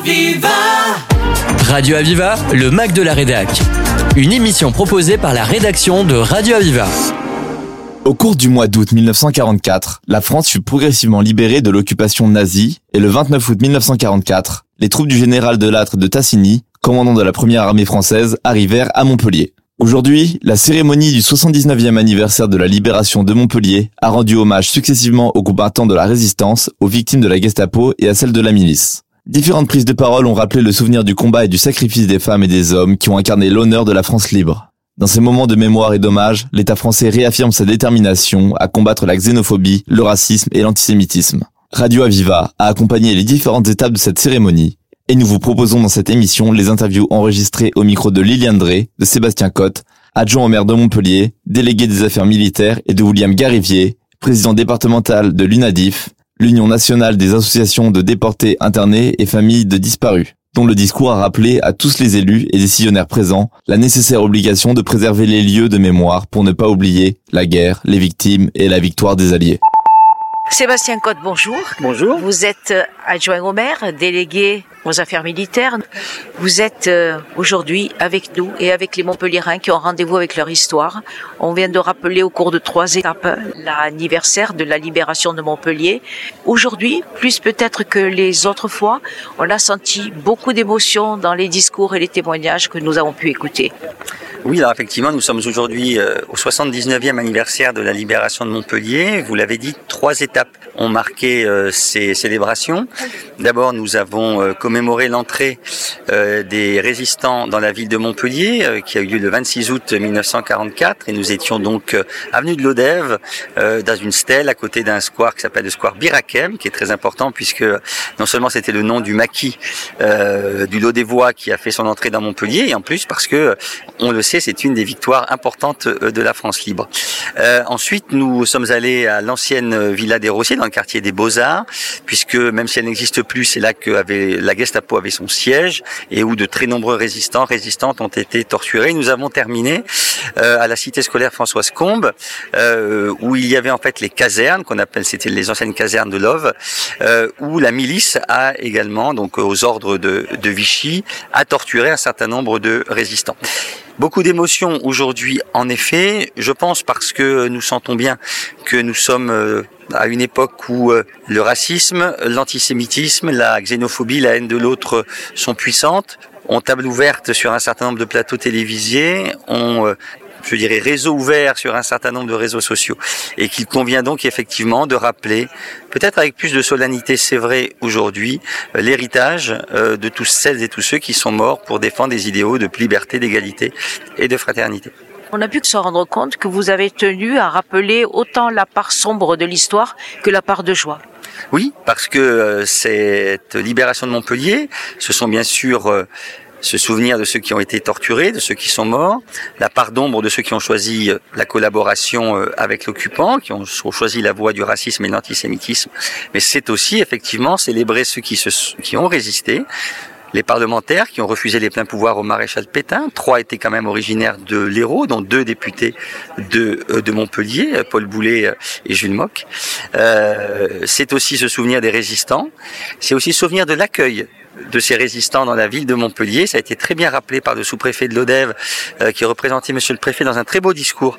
Aviva. Radio Aviva, le Mac de la Rédac. Une émission proposée par la rédaction de Radio Aviva. Au cours du mois d'août 1944, la France fut progressivement libérée de l'occupation nazie et le 29 août 1944, les troupes du général de Lattre de Tassigny, commandant de la première armée française, arrivèrent à Montpellier. Aujourd'hui, la cérémonie du 79e anniversaire de la libération de Montpellier a rendu hommage successivement aux combattants de la résistance, aux victimes de la Gestapo et à celles de la milice. Différentes prises de parole ont rappelé le souvenir du combat et du sacrifice des femmes et des hommes qui ont incarné l'honneur de la France libre. Dans ces moments de mémoire et d'hommage, l'État français réaffirme sa détermination à combattre la xénophobie, le racisme et l'antisémitisme. Radio Aviva a accompagné les différentes étapes de cette cérémonie et nous vous proposons dans cette émission les interviews enregistrées au micro de Liliane Drey, de Sébastien Cotte, adjoint au maire de Montpellier, délégué des affaires militaires, et de William Garivier, président départemental de l'UNADIF, l'Union nationale des associations de déportés internés et familles de disparus, dont le discours a rappelé à tous les élus et décisionnaires présents la nécessaire obligation de préserver les lieux de mémoire pour ne pas oublier la guerre, les victimes et la victoire des Alliés. Sébastien Cotte, bonjour. Bonjour. Vous êtes adjoint au maire, délégué aux affaires militaires. Vous êtes aujourd'hui avec nous et avec les Montpelliérains qui ont rendez-vous avec leur histoire. On vient de rappeler au cours de 3 étapes l'anniversaire de la libération de Montpellier. Aujourd'hui, plus peut-être que les autres fois, on a senti beaucoup d'émotions dans les discours et les témoignages que nous avons pu écouter. Oui, alors effectivement, nous sommes aujourd'hui au 79e anniversaire de la libération de Montpellier. Vous l'avez dit, 3 étapes ont marqué ces célébrations. D'abord, nous avons commémoré l'entrée des résistants dans la ville de Montpellier, qui a eu lieu le 26 août 1944. Et nous étions donc avenue de Lodève, dans une stèle à côté d'un square qui s'appelle le square Bir Hakeim, qui est très important puisque non seulement c'était le nom du maquis du Lodévois qui a fait son entrée dans Montpellier, et en plus parce que, on le sait, c'est une des victoires importantes de la France libre. Ensuite, nous sommes allés à l'ancienne Villa des Rossiers, dans le quartier des Beaux-Arts, puisque même si elle n'existe plus, c'est là que la Gestapo avait son siège et où de très nombreux résistantes ont été torturés. Nous avons terminé à la cité scolaire Françoise Combes, où il y avait en fait les casernes, c'était les anciennes casernes de l'Ove, où la milice a également, donc aux ordres de Vichy, a torturé un certain nombre de résistants. Beaucoup d'émotions aujourd'hui, en effet, je pense parce que nous sentons bien que nous sommes à une époque où le racisme, l'antisémitisme, la xénophobie, la haine de l'autre sont puissantes, ont table ouverte sur un certain nombre de plateaux télévisés, ont réseau ouvert sur un certain nombre de réseaux sociaux, et qu'il convient donc effectivement de rappeler, peut-être avec plus de solennité, c'est vrai aujourd'hui, l'héritage de tous celles et tous ceux qui sont morts pour défendre des idéaux de liberté, d'égalité et de fraternité. On a pu se rendre compte que vous avez tenu à rappeler autant la part sombre de l'histoire que la part de joie. Oui, parce que cette libération de Montpellier, ce sont bien sûr ce souvenir de ceux qui ont été torturés, de ceux qui sont morts, la part d'ombre de ceux qui ont choisi la collaboration avec l'occupant, qui ont choisi la voie du racisme et de l'antisémitisme. Mais c'est aussi effectivement célébrer ceux qui ont résisté, les parlementaires qui ont refusé les pleins pouvoirs au maréchal Pétain. 3 étaient quand même originaires de l'Hérault, dont 2 députés de Montpellier, Paul Boulet et Jules Moch. C'est aussi se souvenir des résistants. C'est aussi se souvenir de l'accueil de ces résistants dans la ville de Montpellier. Ça a été très bien rappelé par le sous-préfet de Lodève, qui représentait monsieur le préfet dans un très beau discours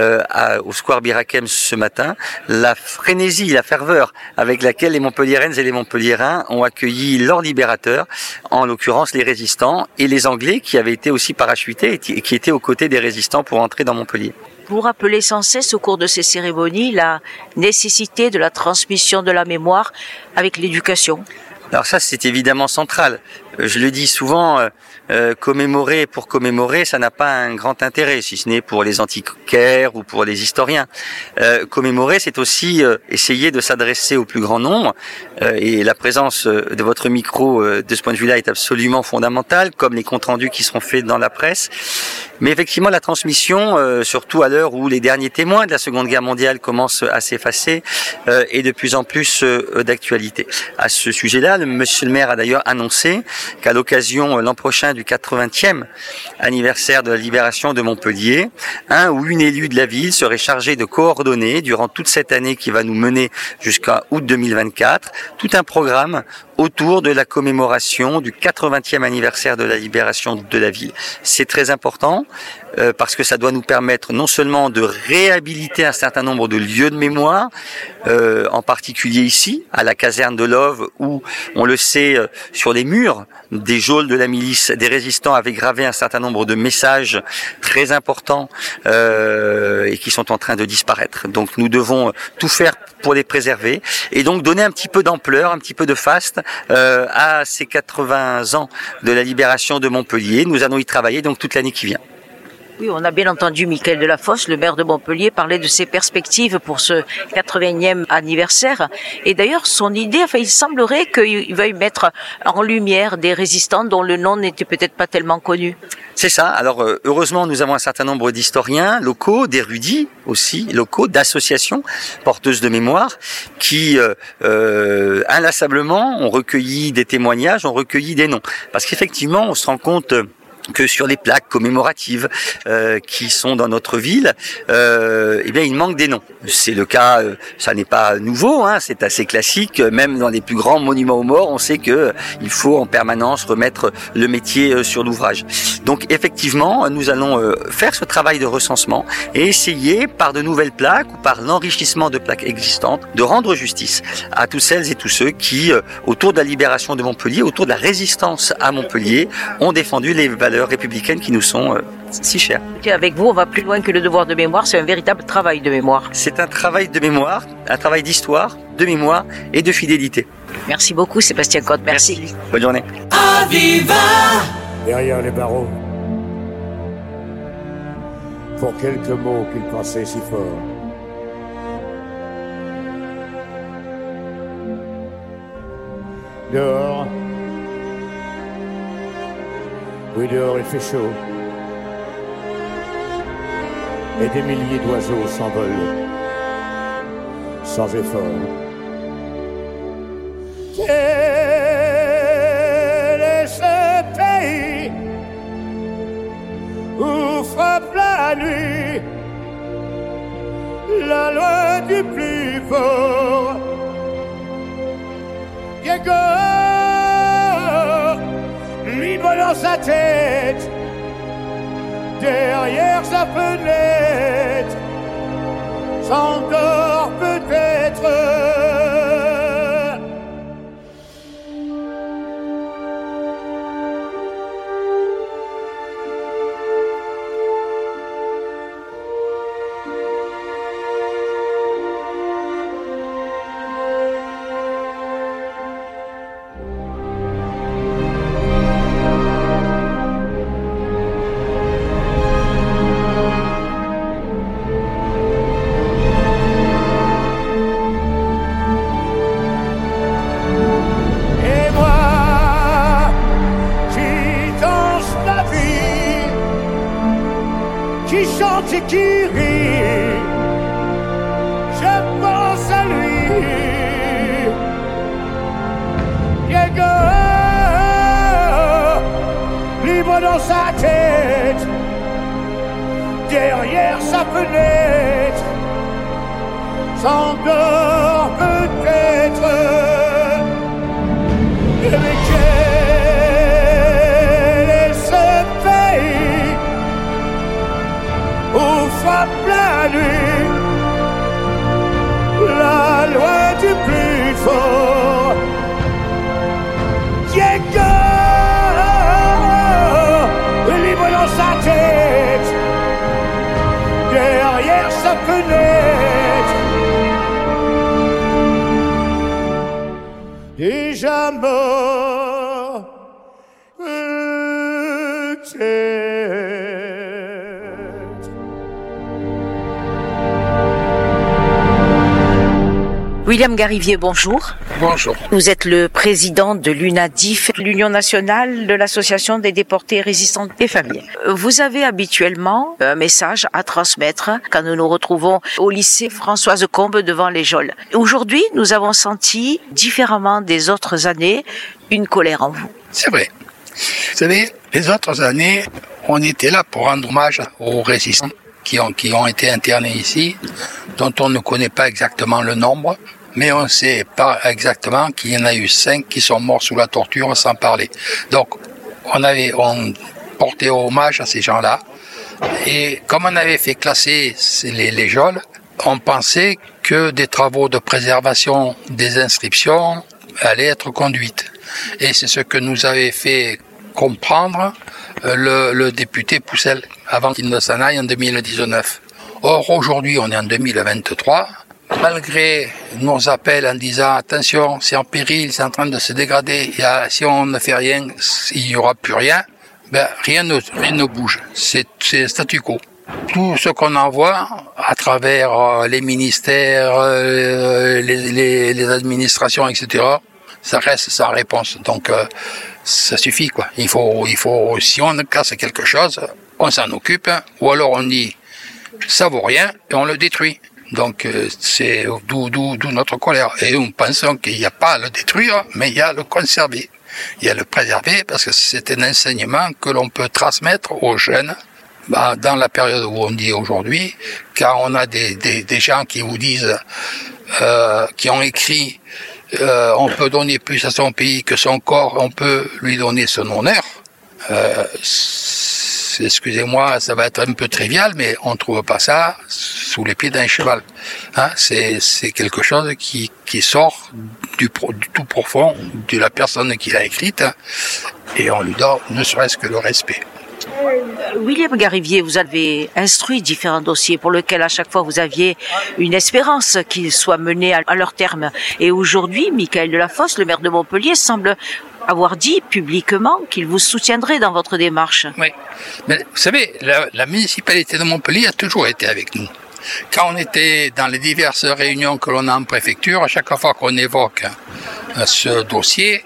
au square Bir Hakeim ce matin. La frénésie, la ferveur avec laquelle les Montpelliéraines et les Montpelliérains ont accueilli leurs libérateurs, en l'occurrence les résistants et les Anglais qui avaient été aussi parachutés et qui étaient aux côtés des résistants pour entrer dans Montpellier. Vous rappelez sans cesse au cours de ces cérémonies la nécessité de la transmission de la mémoire avec l'éducation. Alors ça, c'est évidemment central. Je le dis souvent, commémorer pour commémorer, ça n'a pas un grand intérêt, si ce n'est pour les antiquaires ou pour les historiens. Commémorer, c'est aussi essayer de s'adresser au plus grand nombre, et la présence de votre micro, de ce point de vue-là, est absolument fondamentale, comme les comptes rendus qui seront faits dans la presse. Mais effectivement, la transmission, surtout à l'heure où les derniers témoins de la Seconde Guerre mondiale commencent à s'effacer, est de plus en plus d'actualité. À ce sujet-là, monsieur le maire a d'ailleurs annoncé qu'à l'occasion l'an prochain du 80e anniversaire de la libération de Montpellier, un ou une élue de la ville serait chargée de coordonner durant toute cette année qui va nous mener jusqu'à août 2024 tout un programme autour de la commémoration du 80e anniversaire de la libération de la ville. C'est très important parce que ça doit nous permettre non seulement de réhabiliter un certain nombre de lieux de mémoire, en particulier ici, à la caserne de l'Ove, où, on le sait, sur les murs des geôles de la milice, des résistants avaient gravé un certain nombre de messages très importants et qui sont en train de disparaître. Donc nous devons tout faire pour les préserver et donc donner un petit peu d'ampleur, un petit peu de faste à ces 80 ans de la libération de Montpellier. Nous allons y travailler donc toute l'année qui vient. Oui, on a bien entendu Michael Delafosse, le maire de Montpellier, parler de ses perspectives pour ce 80e anniversaire. Et d'ailleurs, son idée, il semblerait qu'il veuille mettre en lumière des résistants dont le nom n'était peut-être pas tellement connu. C'est ça. Alors, heureusement, nous avons un certain nombre d'historiens locaux, d'érudits aussi locaux, d'associations porteuses de mémoire qui, inlassablement, ont recueilli des témoignages, ont recueilli des noms. Parce qu'effectivement, on se rend compte que sur les plaques commémoratives qui sont dans notre ville, eh bien il manque des noms. C'est le cas, ça n'est pas nouveau, hein, c'est assez classique. Même dans les plus grands monuments aux morts, on sait que il faut en permanence remettre le métier sur l'ouvrage. Donc effectivement, nous allons faire ce travail de recensement et essayer par de nouvelles plaques ou par l'enrichissement de plaques existantes de rendre justice à toutes celles et tous ceux qui, autour de la libération de Montpellier, autour de la résistance à Montpellier, ont défendu les valeurs républicaines qui nous sont si chères. Avec vous, on va plus loin que le devoir de mémoire, c'est un véritable travail de mémoire. C'est un travail de mémoire, un travail d'histoire, de mémoire et de fidélité. Merci beaucoup Sébastien Cotte, merci. Bonne journée. Aviva! Derrière les barreaux, pour quelques mots qu'il pensait si fort. Dehors, oui, dehors il fait chaud. Et des milliers d'oiseaux s'envolent sans effort. Quel est ce pays où frappe la nuit la loi du plus fort? Diego, libre dans sa tête, derrière sa fenêtre, s'endort peut-être. Qui chante et qui rit, je pense à lui. Diego, libre dans sa tête, derrière sa fenêtre, s'endort peut-être. Mais quel est ce pays où frappe la nuit la loi du plus fort? Diego, libre dans sa tête, derrière sa fenêtre, déjà mort peut-être. William Garivier, bonjour. Bonjour. Vous êtes le président de l'UNADIF, l'Union nationale de l'association des déportés résistants et familles. Vous avez habituellement un message à transmettre quand nous nous retrouvons au lycée Françoise Combe devant les geôles. Aujourd'hui, nous avons senti, différemment des autres années, une colère en vous. C'est vrai. Vous savez, les autres années, on était là pour rendre hommage aux résistants qui ont été internés ici, dont on ne connaît pas exactement le nombre, mais on sait pas exactement qu'il y en a eu 5 qui sont morts sous la torture sans parler. Donc, on portait hommage à ces gens-là, et comme on avait fait classer les geôles, on pensait que des travaux de préservation des inscriptions allaient être conduites. Et c'est ce que nous avait fait comprendre le député Poussel avant qu'il ne s'en aille en 2019. Or, aujourd'hui, on est en 2023. Malgré nos appels en disant attention, c'est en péril, c'est en train de se dégrader, si on ne fait rien, il n'y aura plus rien, rien ne bouge. C'est statu quo. Tout ce qu'on envoie à travers les ministères, les administrations, etc., ça reste sans réponse. Donc, ça suffit, quoi. Il faut, si on casse quelque chose, on s'en occupe, ou alors on dit, ça vaut rien, et on le détruit. Donc, c'est d'où notre colère. Et nous pensons qu'il n'y a pas à le détruire, mais il y a à le conserver. Il y a à le préserver, parce que c'est un enseignement que l'on peut transmettre aux jeunes, dans la période où on dit aujourd'hui, car on a des gens qui vous disent, qui ont écrit, on peut donner plus à son pays que son corps, on peut lui donner son honneur. Excusez-moi, ça va être un peu trivial, mais on ne trouve pas ça sous les pieds d'un cheval. Hein, c'est quelque chose qui sort du tout profond de la personne qui l'a écrite, et on lui donne ne serait-ce que le respect. William Garivier, vous avez instruit différents dossiers pour lesquels à chaque fois vous aviez une espérance qu'ils soient menés à leur terme. Et aujourd'hui, Michaël Delafosse, le maire de Montpellier, semble avoir dit publiquement qu'il vous soutiendrait dans votre démarche. Oui, mais vous savez, la municipalité de Montpellier a toujours été avec nous. Quand on était dans les diverses réunions que l'on a en préfecture, à chaque fois qu'on évoque ce dossier,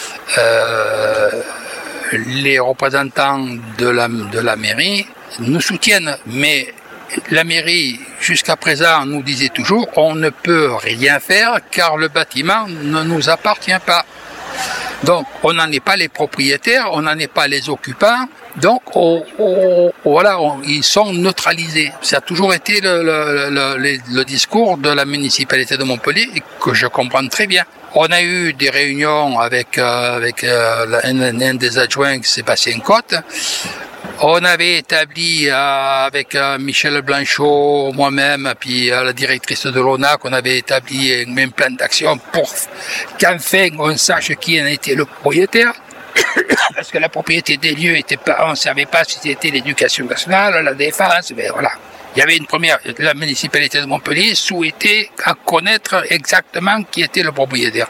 les représentants de la mairie nous soutiennent, mais la mairie, jusqu'à présent, nous disait toujours on ne peut rien faire car le bâtiment ne nous appartient pas. Donc, on n'en est pas les propriétaires, on n'en est pas les occupants, donc ils sont neutralisés. Ça a toujours été le discours de la municipalité de Montpellier, que je comprends très bien. On a eu des réunions avec un des adjoints, Sébastien Cotte. On avait établi avec Michel Blanchot, moi-même, puis la directrice de l'ONAC, on avait établi un même plan d'action pour qu'enfin on sache qui en était le propriétaire. Parce que la propriété des lieux était pas, on ne savait pas si c'était l'éducation nationale, la défense, mais voilà. Il y avait la municipalité de Montpellier souhaitait connaître exactement qui était le propriétaire.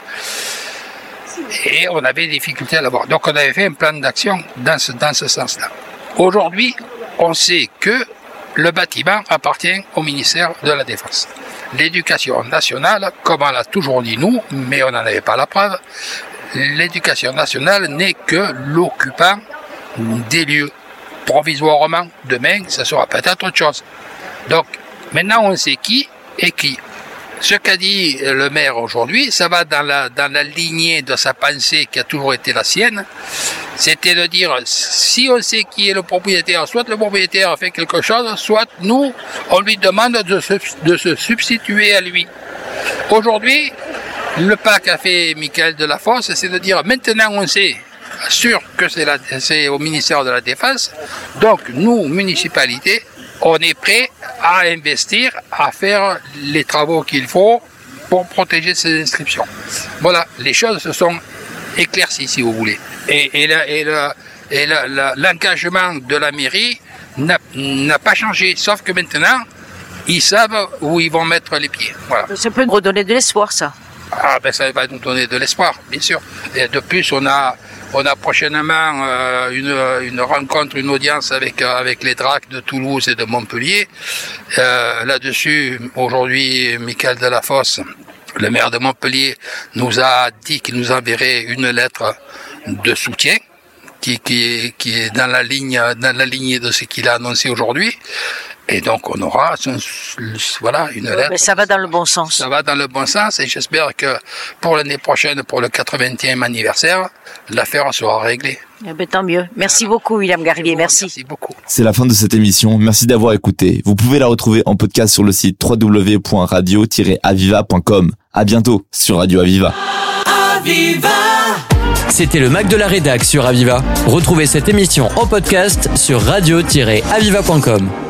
Et on avait des difficultés à l'avoir. Donc on avait fait un plan d'action dans ce sens-là. Aujourd'hui, on sait que le bâtiment appartient au ministère de la Défense. L'éducation nationale, comme on l'a toujours dit nous, mais on n'en avait pas la preuve, l'éducation nationale n'est que l'occupant des lieux. Provisoirement, demain, ça sera peut-être autre chose. Donc, maintenant, on sait qui est qui. Ce qu'a dit le maire aujourd'hui, ça va dans la lignée de sa pensée qui a toujours été la sienne. C'était de dire, si on sait qui est le propriétaire, soit le propriétaire fait quelque chose, soit nous, on lui demande de se substituer à lui. Aujourd'hui, le pas qu'a fait Michaël Delafosse, c'est de dire, maintenant on sait, sûr que c'est au ministère de la Défense, donc nous, municipalité, on est prêt à investir, à faire les travaux qu'il faut pour protéger ces inscriptions. Voilà, les choses se sont éclaircies, si vous voulez. Et l'engagement de la mairie n'a pas changé, sauf que maintenant, ils savent où ils vont mettre les pieds. Voilà. Ça peut nous redonner de l'espoir, ça. Ah ben ça va nous donner de l'espoir, bien sûr. Et de plus, on a prochainement une rencontre, une audience avec les DRAC de Toulouse et de Montpellier. Là-dessus, aujourd'hui, Michaël Delafosse Le maire de Montpellier nous a dit qu'il nous enverrait une lettre de soutien qui est dans la lignée de ce qu'il a annoncé aujourd'hui. Et donc on aura une lettre. Mais ça va dans le bon sens. Ça va dans le bon sens et j'espère que pour l'année prochaine, pour le 80e anniversaire, l'affaire sera réglée. Eh ben, tant mieux. Merci beaucoup William Garivier, merci. Merci beaucoup. C'est la fin de cette émission. Merci d'avoir écouté. Vous pouvez la retrouver en podcast sur le site www.radio-aviva.com. À bientôt sur Radio Aviva. Aviva! C'était le Mac de la Rédac sur Aviva. Retrouvez cette émission en podcast sur radio-aviva.com.